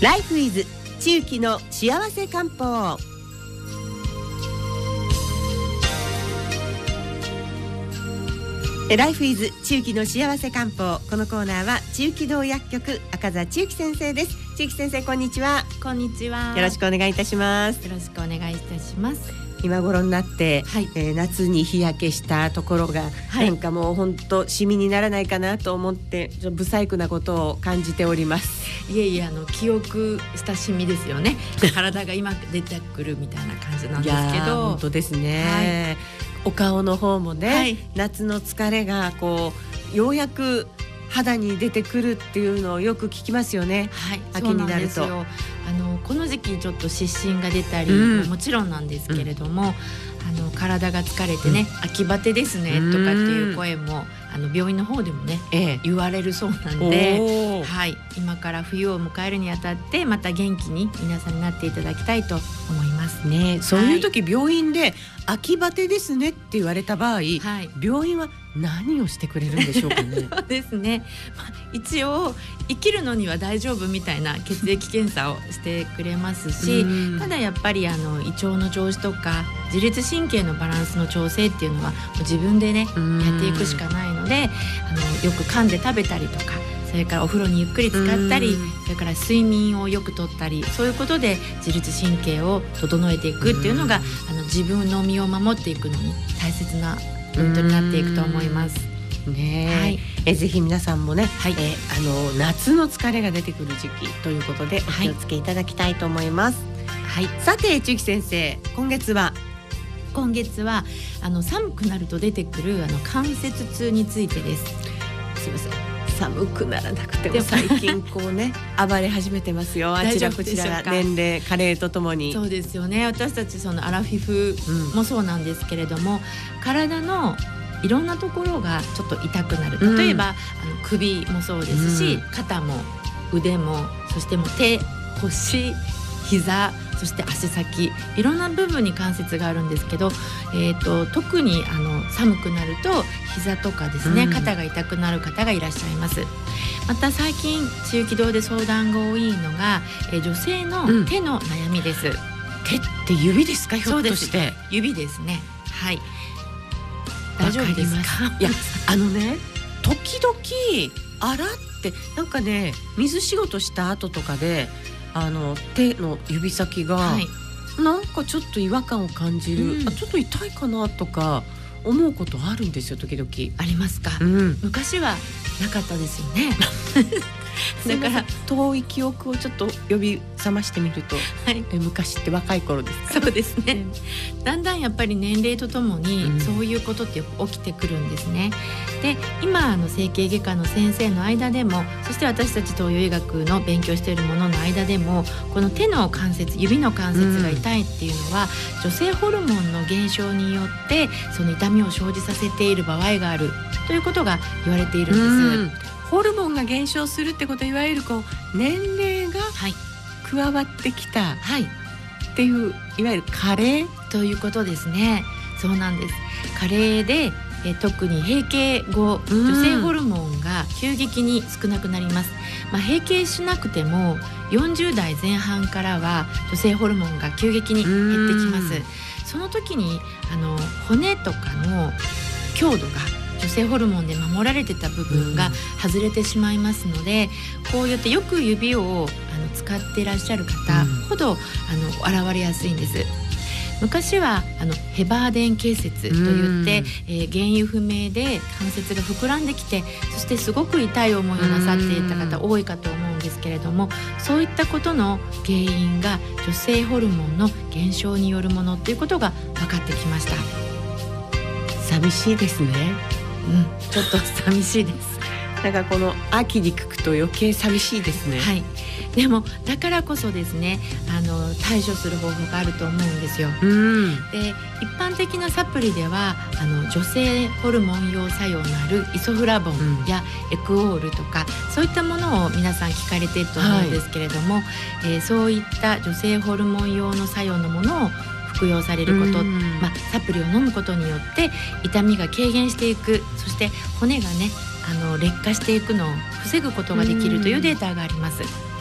ライフイズ地域の幸せ漢方。ライフイズ地域の幸せ漢方。このコーナーは地域道薬局赤座千幸先生です。千幸先生、こんにちは。 こんにちは。 よろしくお願いいたします。 よろしくお願いいたします。 今頃になって、夏に日焼けしたところが、なんかもう本当シミにならないかなと思って不細工なことを感じております。 いえいえ、記憶親しみですよね。体が今出てくるみたいな感じなんですけど。 本当ですね、お顔の方もね、夏の疲れがこうようやく肌に出てくるっていうのをよく聞きますよね。秋になると。 この時期ちょっと湿疹が出たり、もちろんなんですけれども、体が疲れてね、秋バテですねとかっていう声も病院の方でもね、言われるそうなんで、今から冬を迎えるにあたってまた元気に皆さんになっていただきたいと思いますね。 そういう時、病院で秋バテですねって言われた場合、病院は何をしてくれるんでしょうかね。 そうですね、一応生きるのには大丈夫みたいな血液検査をしてくれますし、ただやっぱり胃腸の調子とか自律神経のバランスの調整っていうのはもう自分でねやっていくしかないので、よく噛んで食べたりとか、それからお風呂にゆっくり使ったり、それから睡眠をよくとったり、そういうことで自律神経を整えていくっていうのが自分の身を守っていくのに大切なポイントになっていくと思いますね。ぜひ皆さんもね、夏の疲れが出てくる時期ということでお気をつけいただきたいと思います。さて千幸先生、今月は寒くなると出てくる関節痛についてです。 すいません、寒くならなくても最近こうね暴れ始めてますよ。あちらこちら年齢加齢とともに。 そうですよね。私たちアラフィフもそうなんですけれども、体のいろんなところがちょっと痛くなる。例えば、首もそうですし、肩も腕も、そしてもう手、腰、膝、そして足先、いろんな部分に関節があるんですけど、特に寒くなると膝とかですね、肩が痛くなる方がいらっしゃいます。また最近地域道で相談が多いのが、女性の手の悩みです。 手って指ですか？ひょっとして。 指ですね。大丈夫ですか？ いや、時々洗ってなんかね、水仕事した後とかで手の指先が、なんかちょっと違和感を感じる、ちょっと痛いかなとか思うことあるんですよ。時々 ありますか？昔はなかったですよね。 だから遠い記憶をちょっと呼び覚ましてみると、昔って若い頃ですか？ そうですね。だんだんやっぱり年齢とともにそういうことって起きてくるんですね。で、今整形外科の先生の間でも、そして私たち東洋医学の勉強しているものの間でも、この手の関節、指の関節が痛いっていうのは、女性ホルモンの減少によってその痛みを生じさせている場合があるということが言われているんです。 ホルモンが減少するってことは、いわゆる年齢が加わってきたっていう、いわゆる加齢ということですね。そうなんです。加齢で特に閉経後、女性ホルモンが急激に少なくなります。閉経しなくても40代前半からは女性ホルモンが急激に減ってきます。その時に骨とかの強度が女性ホルモンで守られてた部分が外れてしまいますので、こうやってよく指を使っていらっしゃる方ほど現れやすいんです。昔はヘバーデン結節といって、原因不明で関節が膨らんできて、そしてすごく痛い思いをなさっていた方多いかと思うんですけれども、そういったことの原因が女性ホルモンの減少によるものということが分かってきました。 寂しいですね。 ちょっと寂しいです。 なんかこの秋に聞くと余計寂しいですね。 でもだからこそですね、対処する方法があると思うんですよ。で、一般的なサプリでは女性ホルモン用作用のあるイソフラボンやエクオールとか、そういったものを皆さん聞かれていると思うんですけれども、そういった女性ホルモン用の作用のものを服用されること、サプリを飲むことによって痛みが軽減していく、そして骨がね劣化していくのを防ぐことができるというデータがあります。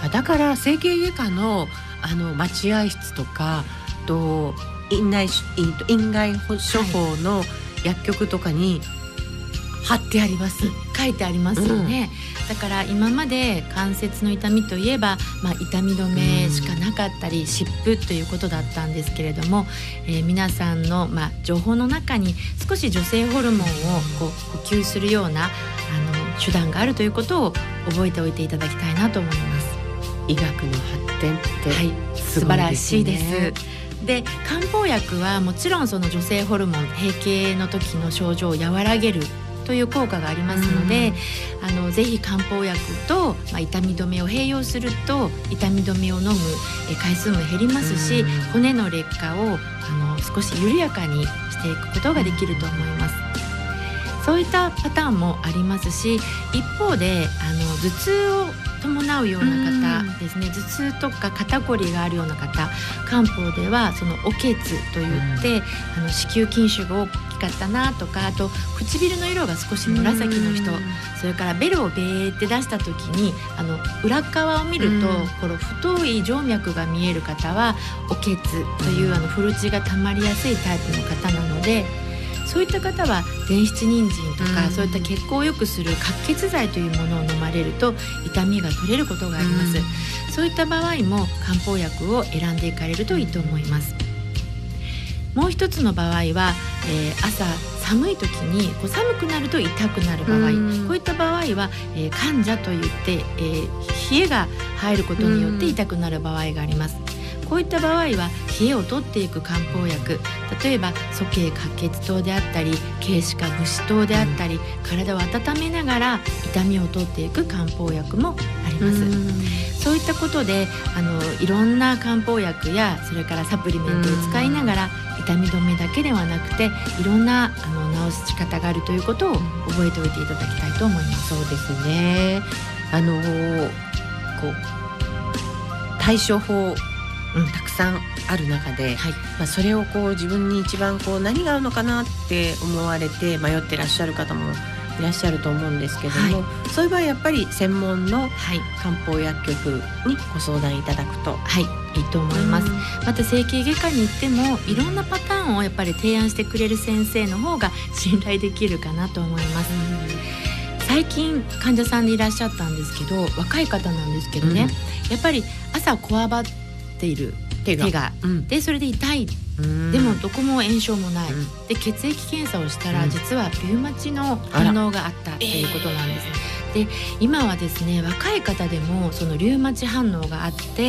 だから整形外科の待合室とかと院外処方の薬局とかに貼ってあります、 書いてありますよね、だから今まで関節の痛みといえば、痛み止めしかなかったり湿布ということだったんですけれども、皆さんの、情報の中に少し女性ホルモンを補給するような手段があるということを覚えておいていただきたいなと思います。 医学の発展って素晴らしいです。で、漢方薬はもちろんその女性ホルモン閉経の時の症状を和らげるという効果がありますので、ぜひ漢方薬と、痛み止めを併用すると痛み止めを飲む回数も減りますし、骨の劣化を少し緩やかにしていくことができると思います。そういったパターンもありますし、一方で頭痛を伴うような方ですね、頭痛とか肩こりがあるような方、漢方ではそのおけつといって、子宮筋腫が大きかったなとか、あと唇の色が少し紫の人、それからベロをベーって出した時に裏側を見るとこの太い静脈が見える方はおけつというフルチが溜まりやすいタイプの方なので、そういった方は全七人参とか、そういった血行を良くする活血剤というものを飲まれると痛みが取れることがあります、そういった場合も漢方薬を選んでいかれるといいと思います。もう一つの場合は、朝寒い時に寒くなると痛くなる場合、こういった場合は、患者といって、冷えが入ることによって痛くなる場合があります。こういった場合は冷えを取っていく漢方薬、例えば鼠径滑血湯であったり軽視化武士湯であったり、体を温めながら痛みを取っていく漢方薬もあります。そういったことでいろんな漢方薬やそれからサプリメントを使いながら痛み止めだけではなくていろんな治し方があるということを覚えておいていただきたいと思います。 そうですね。対処法たくさんある中で、それを自分に一番何が合うのかなって思われて迷ってらっしゃる方もいらっしゃると思うんですけども、そういう場合やっぱり専門の漢方薬局にご相談いただくと、 いいと思います。また整形外科に行ってもいろんなパターンをやっぱり提案してくれる先生の方が信頼できるかなと思います。最近患者さんでいらっしゃったんですけど、若い方なんですけどね、やっぱり朝こわばっている手が、でそれで痛い、でもどこも炎症もない、で血液検査をしたら、実はリウマチの反応があったということなんです。で今はですね、若い方でもそのリウマチ反応があって、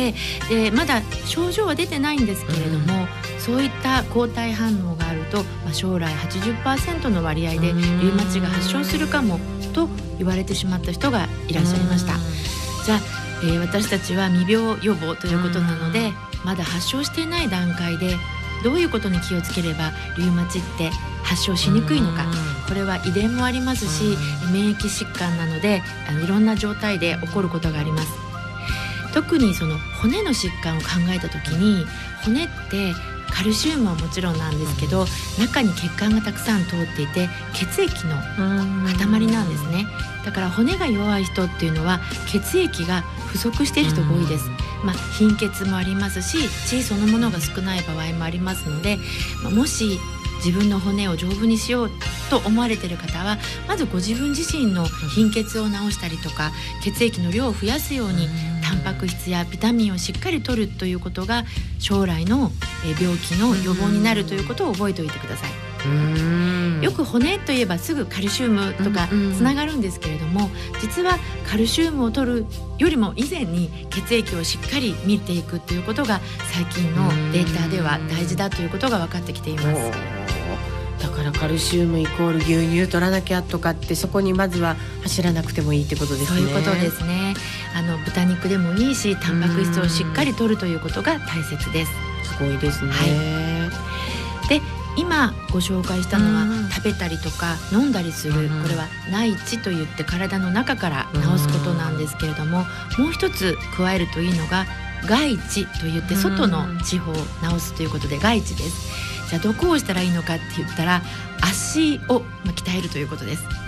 でまだ症状は出てないんですけれども、そういった抗体反応があると、将来 80% の割合でリウマチが発症するかもと言われてしまった人がいらっしゃいました。じゃあ、私たちは未病予防ということなので、まだ発症していない段階でどういうことに気をつければリウマチって発症しにくいのか、これは遺伝もありますし、免疫疾患なのでいろんな状態で起こることがあります。特にその骨の疾患を考えた時に、骨ってカルシウムはもちろんなんですけど、中に血管がたくさん通っていて血液の塊なんですね。だから骨が弱い人っていうのは血液が不足している人が多いです。貧血もありますし、血そのものが少ない場合もありますので、もし自分の骨を丈夫にしようと思われている方は、まずご自分自身の貧血を治したりとか、血液の量を増やすようにタンパク質やビタミンをしっかり摂るということが将来の病気の予防になるということを覚えておいてください。よく骨といえばすぐカルシウムとかつながるんですけれども、実はカルシウムを摂るよりも以前に血液をしっかり見ていくということが最近のデータでは大事だということが分かってきています。 だからカルシウムイコール牛乳取らなきゃとかって、そこにまずは走らなくてもいいってことですね。 そういうことですね。豚肉でもいいし、タンパク質をしっかり摂るということが大切です。 すごいですね。 で今ご紹介したのは食べたりとか飲んだりする、これは内治といって体の中から治すことなんですけれども、もう一つ加えるといいのが外治といって外の地方を治すということで外治です。じゃあどこをしたらいいのかって言ったら、足を鍛えるということです。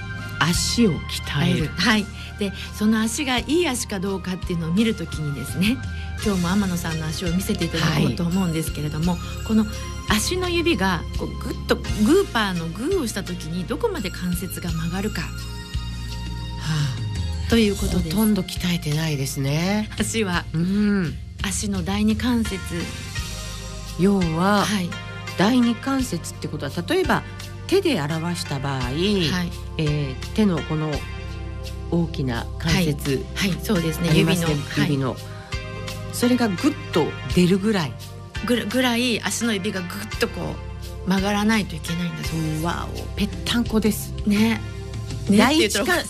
足を鍛える。 はい。でその足がいい足かどうかっていうのを見るときにですね、今日も天野さんの足を見せていただこうと思うんですけれども、この足の指がこうグッとグーパーのグーをしたときにどこまで関節が曲がるか、ということです。 ほとんど鍛えてないですね。 足は、足の第二関節、 要は、第二関節ってことは、例えば手で表した場合、手のこの大きな関節、 そうですね、 指の、それがグッと出るぐらい足の指がグッとこう曲がらないといけないんだそうです。 わお、ぺったんこですね。 第一関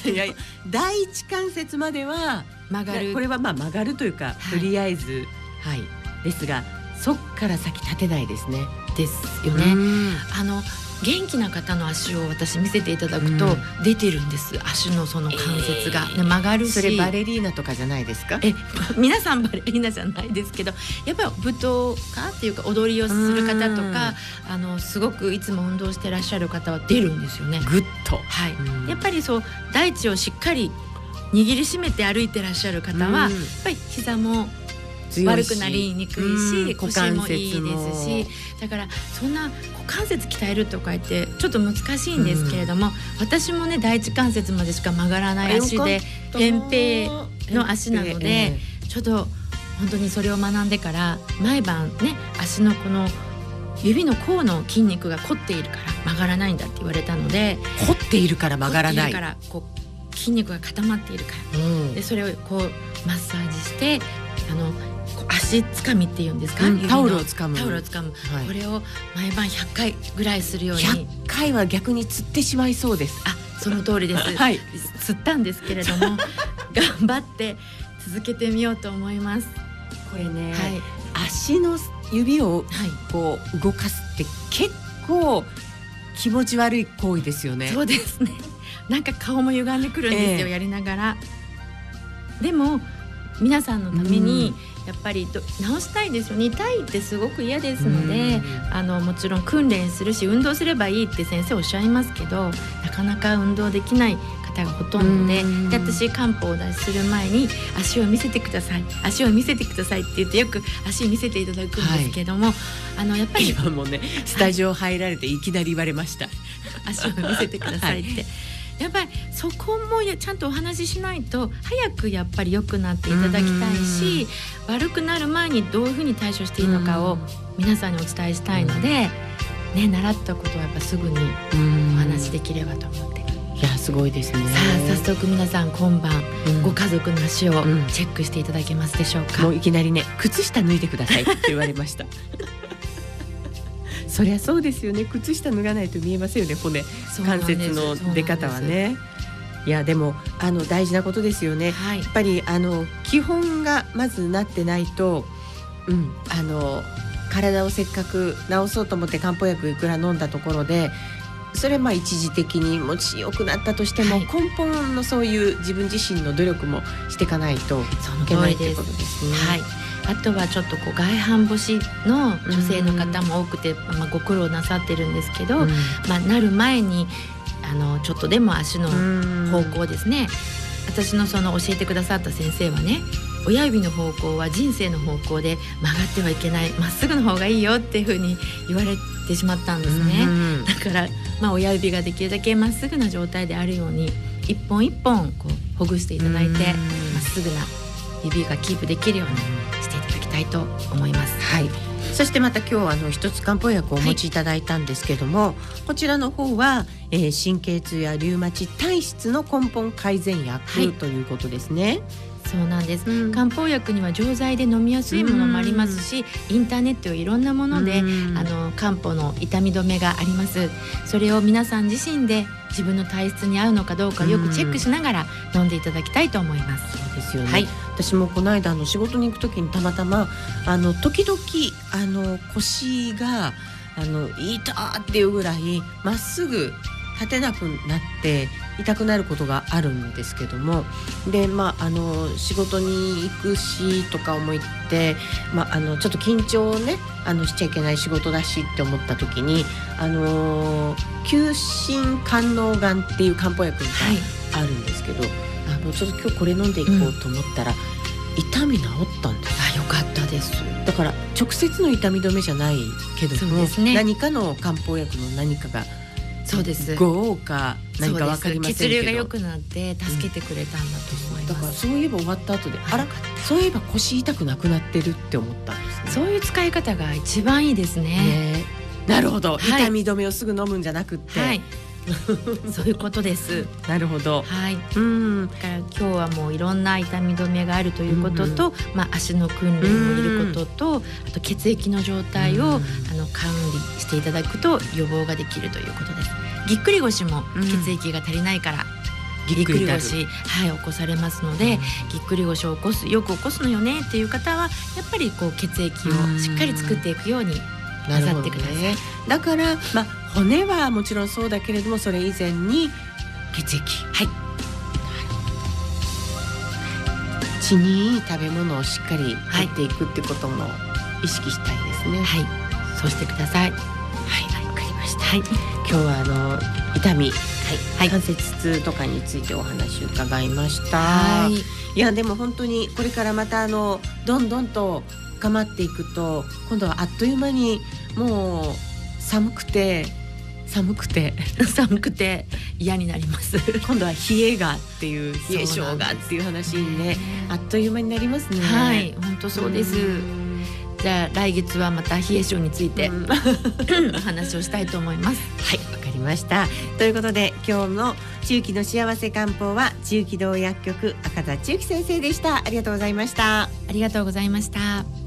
節までは曲がる。 これは曲がるというか、とりあえずですが、そっから先立てないですね。 ですよね。元気な方の足を私見せていただくと出てるんです。足のその関節が、曲がるし。 それバレリーナとかじゃないですか？ 皆さんバレリーナじゃないですけど、やっぱり舞踏家っていうか踊りをする方とか、すごくいつも運動してらっしゃる方は出るんですよね。 グッと。 やっぱりそう大地をしっかり握りしめて歩いてらっしゃる方は、やっぱり膝も悪くなりにくいし、腰もいいですし、だからそんな股関節鍛えるとか言ってちょっと難しいんですけれども、私もね第一関節までしか曲がらない足で、扁平の足なので、ちょっと本当にそれを学んでから毎晩ね、足のこの指の甲の筋肉が凝っているから曲がらないんだって言われたので、 凝っているから曲がらない、 凝っているからこう筋肉が固まっているから、でそれをこうマッサージして、足つかみっていうんですか、 タオルをつかむ、 これを毎晩100回ぐらいするように。 100回は逆につってしまいそうです。 その通りです。つったんですけれども頑張って続けてみようと思います。 これね、足の指をこう動かすって結構気持ち悪い行為ですよね。 そうですね。なんか顔も歪んでくるんですよ、やりながら。でも皆さんのためにやっぱり直したいですよね。痛いってすごく嫌ですので、もちろん訓練するし運動すればいいって先生おっしゃいますけど、なかなか運動できない方がほとんどで、私漢方をお出しする前に足を見せてください、足を見せてくださいって言ってよく足見せていただくんですけども、やっぱり今もねスタジオ入られていきなり言われました、 足を見せてくださいって。やっぱりそこもちゃんとお話ししないと早くやっぱり良くなっていただきたいし、悪くなる前にどういうふうに対処していいのかを皆さんにお伝えしたいので、習ったことはやっぱすぐにお話しできればと思って。 いやすごいですね。 さあ早速皆さん今晩、ご家族の足をチェックしていただけますでしょうか。 もういきなりね、靴下脱いでくださいって言われましたそりゃそうですよね。靴下脱がないと見えませんよね、骨、関節の出方はね。いやでも大事なことですよね、やっぱり基本がまずなってないと、体をせっかく治そうと思って漢方薬いくら飲んだところで、それ一時的にもし良くなったとしても、根本のそういう自分自身の努力もしていかないといけないということですね。 あとはちょっと外反母趾の女性の方も多くて、ご苦労なさってるんですけど、なる前にちょっとでも足の方向ですね、私のその教えてくださった先生はね、親指の方向は人生の方向で曲がってはいけない、まっすぐの方がいいよっていうふうに言われてしまったんですね。だから親指ができるだけまっすぐな状態であるように一本一本こうほぐしていただいて、まっすぐな指がキープできるようにしていただきたいと思います。 そしてまた今日一つ漢方薬をお持ちいただいたんですけども、こちらの方は、神経痛やリウマチ体質の根本改善薬、ということですね。 そうなんです、漢方薬には錠剤で飲みやすいものもありますし、インターネットやいろんなもので漢方の痛み止めがあります。それを皆さん自身で自分の体質に合うのかどうかよくチェックしながら飲んでいただきたいと思います。 そうですよね、私もこの間仕事に行く時にたまたま時々腰が痛っていうぐらいまっすぐ立てなくなって痛くなることがあるんですけども、で仕事に行くしとか思って、ちょっと緊張をねしちゃいけない仕事だしって思った時に急心肝嚢がんっていう漢方薬があるんですけど、ちょっと今日これ飲んでいこうと思ったら、痛み治ったんです。 よかったです。 だから直接の痛み止めじゃないけども、何かの漢方薬の何かが、 そうです、 5か何か分かりませんけど、 血流が良くなって助けてくれたんだと思います。 だからそういえば終わった後で、そういえば腰痛くなくなってるって思ったんですね。 そういう使い方が一番いいですね。 なるほど、痛み止めをすぐ飲むんじゃなくって、 そういうことです。 なるほど。 だから今日はもういろんな痛み止めがあるということと、足の訓練を入れることと、あと血液の状態を管理していただくと予防ができるということです。ぎっくり腰も血液が足りないから、ぎっくり腰、起こされますので、ぎっくり腰をよく起こすのよねっていう方はやっぱり血液をしっかり作っていくようになさってください。 だから骨はもちろんそうだけれども、それ以前に血液、血にいい食べ物をしっかり取っていくってことも意識したいですね。 そうしてください。わかりました。今日は痛み、関節痛とかについてお話を伺いました。いやでも本当にこれからまたどんどんと深まっていくと、今度はあっという間にもう寒くて嫌になります。 今度は冷えがっていう、冷え性がっていう話にね、あっという間になりますね。 本当そうです。じゃあ来月はまた冷え性についてお話をしたいと思います。 わかりました。ということで今日の中期の幸せ漢方は中期堂薬局赤田千幸先生でした。ありがとうございました。 ありがとうございました。